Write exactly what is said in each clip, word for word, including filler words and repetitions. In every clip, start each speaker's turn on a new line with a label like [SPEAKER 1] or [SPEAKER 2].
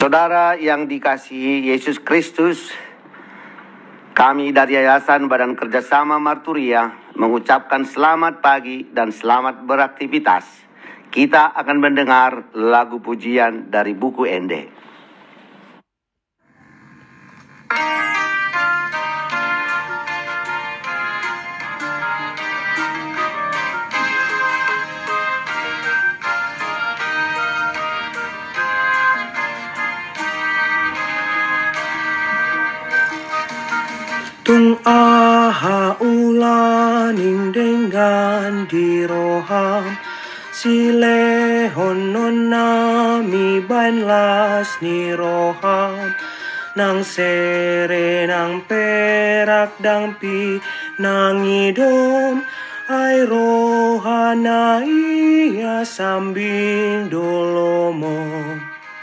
[SPEAKER 1] Saudara yang dikasihi Yesus Kristus, kami dari Yayasan Badan Kerjasama Marturia mengucapkan selamat pagi dan selamat beraktivitas. Kita akan mendengar lagu pujian dari buku Ende.
[SPEAKER 2] Tung aha ulaning dengan diroham silehon non nami banlas ni roham nang sere nang perak dang pi nang idom ai rohana ia sambing dolomo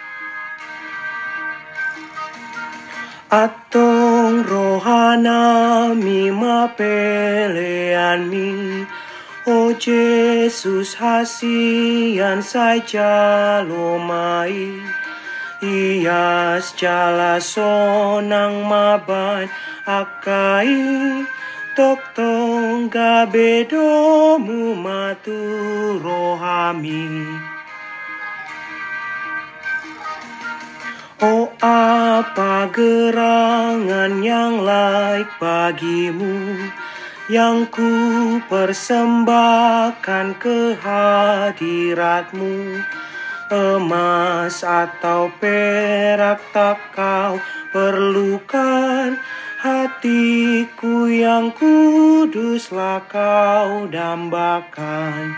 [SPEAKER 2] atong rohana mi mapelean mi o Jesus hasian saja lomai ias jala sonang maban akai tok tong gabedomu matu rohami. Oh apa gerangan yang laik bagimu, yang ku persembahkan kehadiratmu. Emas atau perak tak kau perlukan, hatiku yang kuduslah kau dambakan.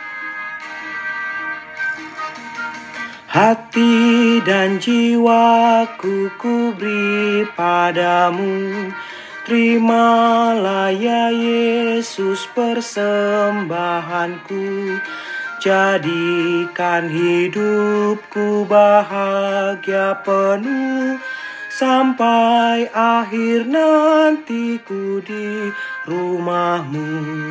[SPEAKER 2] Hati dan jiwaku ku beri padamu, terimalah ya Yesus persembahanku. Jadikan hidupku bahagia penuh, sampai akhir nantiku di rumahmu.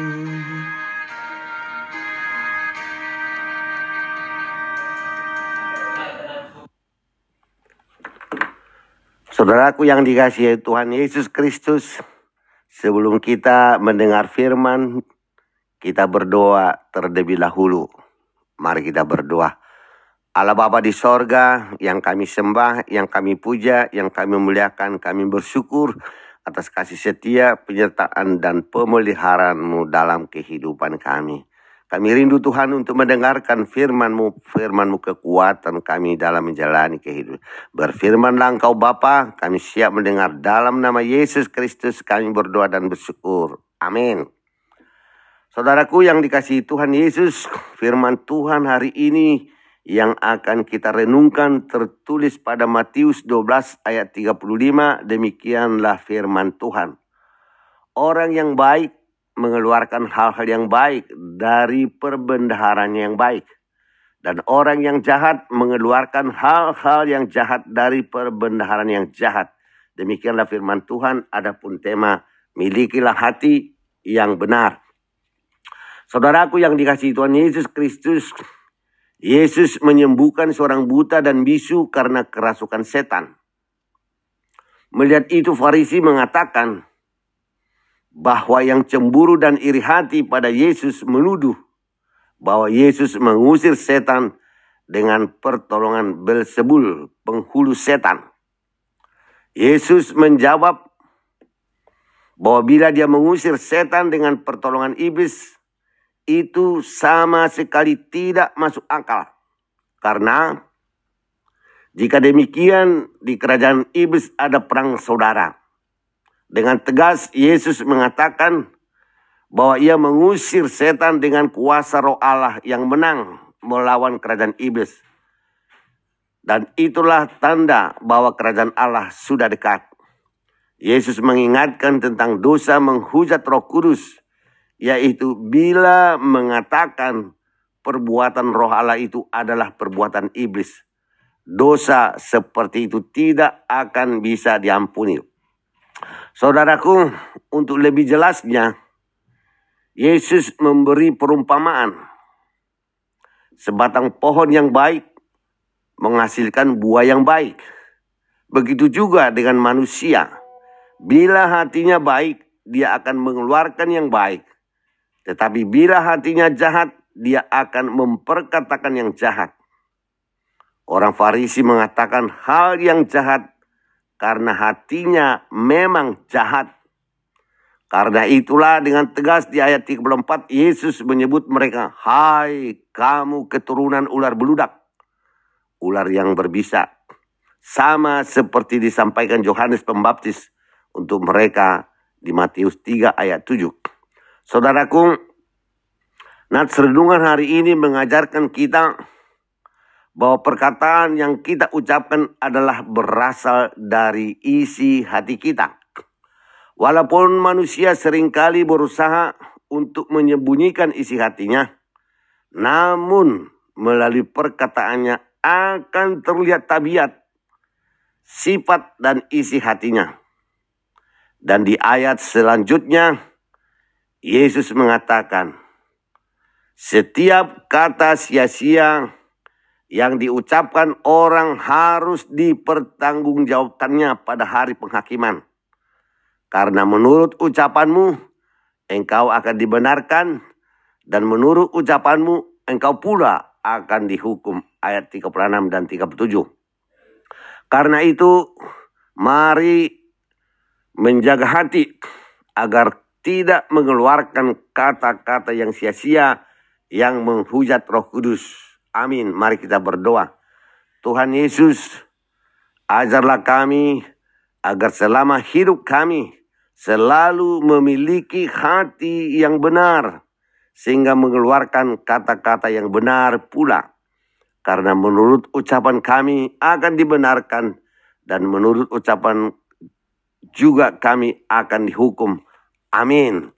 [SPEAKER 1] Saudaraku yang dikasihi Tuhan Yesus Kristus, sebelum kita mendengar firman, kita berdoa terlebih dahulu. Mari kita berdoa. Allah Bapa di sorga, yang kami sembah, yang kami puja, yang kami muliakan, kami bersyukur atas kasih setia, penyertaan, dan pemeliharaanmu dalam kehidupan kami. Kami rindu Tuhan untuk mendengarkan firman-Mu, firman-Mu kekuatan kami dalam menjalani kehidupan. Berfirmanlah Engkau Bapa, kami siap mendengar dalam nama Yesus Kristus kami berdoa dan bersyukur. Amin. Saudaraku yang dikasihi Tuhan Yesus, firman Tuhan hari ini yang akan kita renungkan tertulis pada Matius dua belas ayat tiga puluh lima, demikianlah firman Tuhan. Orang yang baik mengeluarkan hal-hal yang baik dari perbendaharanya yang baik. Dan orang yang jahat mengeluarkan hal-hal yang jahat dari perbendaharaan yang jahat. Demikianlah firman Tuhan, adapun tema milikilah hati yang benar. Saudaraku yang dikasihi Tuhan Yesus Kristus, Yesus menyembuhkan seorang buta dan bisu karena kerasukan setan. Melihat itu Farisi mengatakan bahwa yang cemburu dan iri hati pada Yesus menuduh bahwa Yesus mengusir setan dengan pertolongan Belzebul, penghulu setan. Yesus menjawab bahwa bila dia mengusir setan dengan pertolongan iblis, itu sama sekali tidak masuk akal. Karena jika demikian di kerajaan iblis ada perang saudara. Dengan tegas Yesus mengatakan bahwa ia mengusir setan dengan kuasa roh Allah yang menang melawan kerajaan iblis. Dan itulah tanda bahwa kerajaan Allah sudah dekat. Yesus mengingatkan tentang dosa menghujat Roh Kudus, yaitu bila mengatakan perbuatan roh Allah itu adalah perbuatan iblis. Dosa seperti itu tidak akan bisa diampuni. Saudaraku, untuk lebih jelasnya, Yesus memberi perumpamaan. Sebatang pohon yang baik menghasilkan buah yang baik. Begitu juga dengan manusia. Bila hatinya baik, dia akan mengeluarkan yang baik. Tetapi bila hatinya jahat, dia akan memperkatakan yang jahat. Orang Farisi mengatakan hal yang jahat karena hatinya memang jahat. Karena itulah dengan tegas di ayat tiga puluh empat Yesus menyebut mereka, "Hai kamu keturunan ular beludak, ular yang berbisa." Sama seperti disampaikan Yohanes Pembaptis untuk mereka di Matius tiga ayat tujuh. Saudaraku, nats renungan hari ini mengajarkan kita bahwa perkataan yang kita ucapkan adalah berasal dari isi hati kita. Walaupun manusia seringkali berusaha untuk menyembunyikan isi hatinya, namun melalui perkataannya akan terlihat tabiat, sifat dan isi hatinya. Dan di ayat selanjutnya, Yesus mengatakan, setiap kata sia-sia yang diucapkan orang harus dipertanggungjawabkannya pada hari penghakiman. Karena menurut ucapanmu, engkau akan dibenarkan, dan menurut ucapanmu, engkau pula akan dihukum. Ayat tiga puluh enam dan tiga puluh tujuh. Karena itu, mari menjaga hati agar tidak mengeluarkan kata-kata yang sia-sia yang menghujat Roh Kudus. Amin. Mari kita berdoa. Tuhan Yesus, ajarlah kami agar selama hidup kami selalu memiliki hati yang benar, sehingga mengeluarkan kata-kata yang benar pula. Karena menurut ucapan kami akan dibenarkan, dan menurut ucapan juga kami akan dihukum. Amin.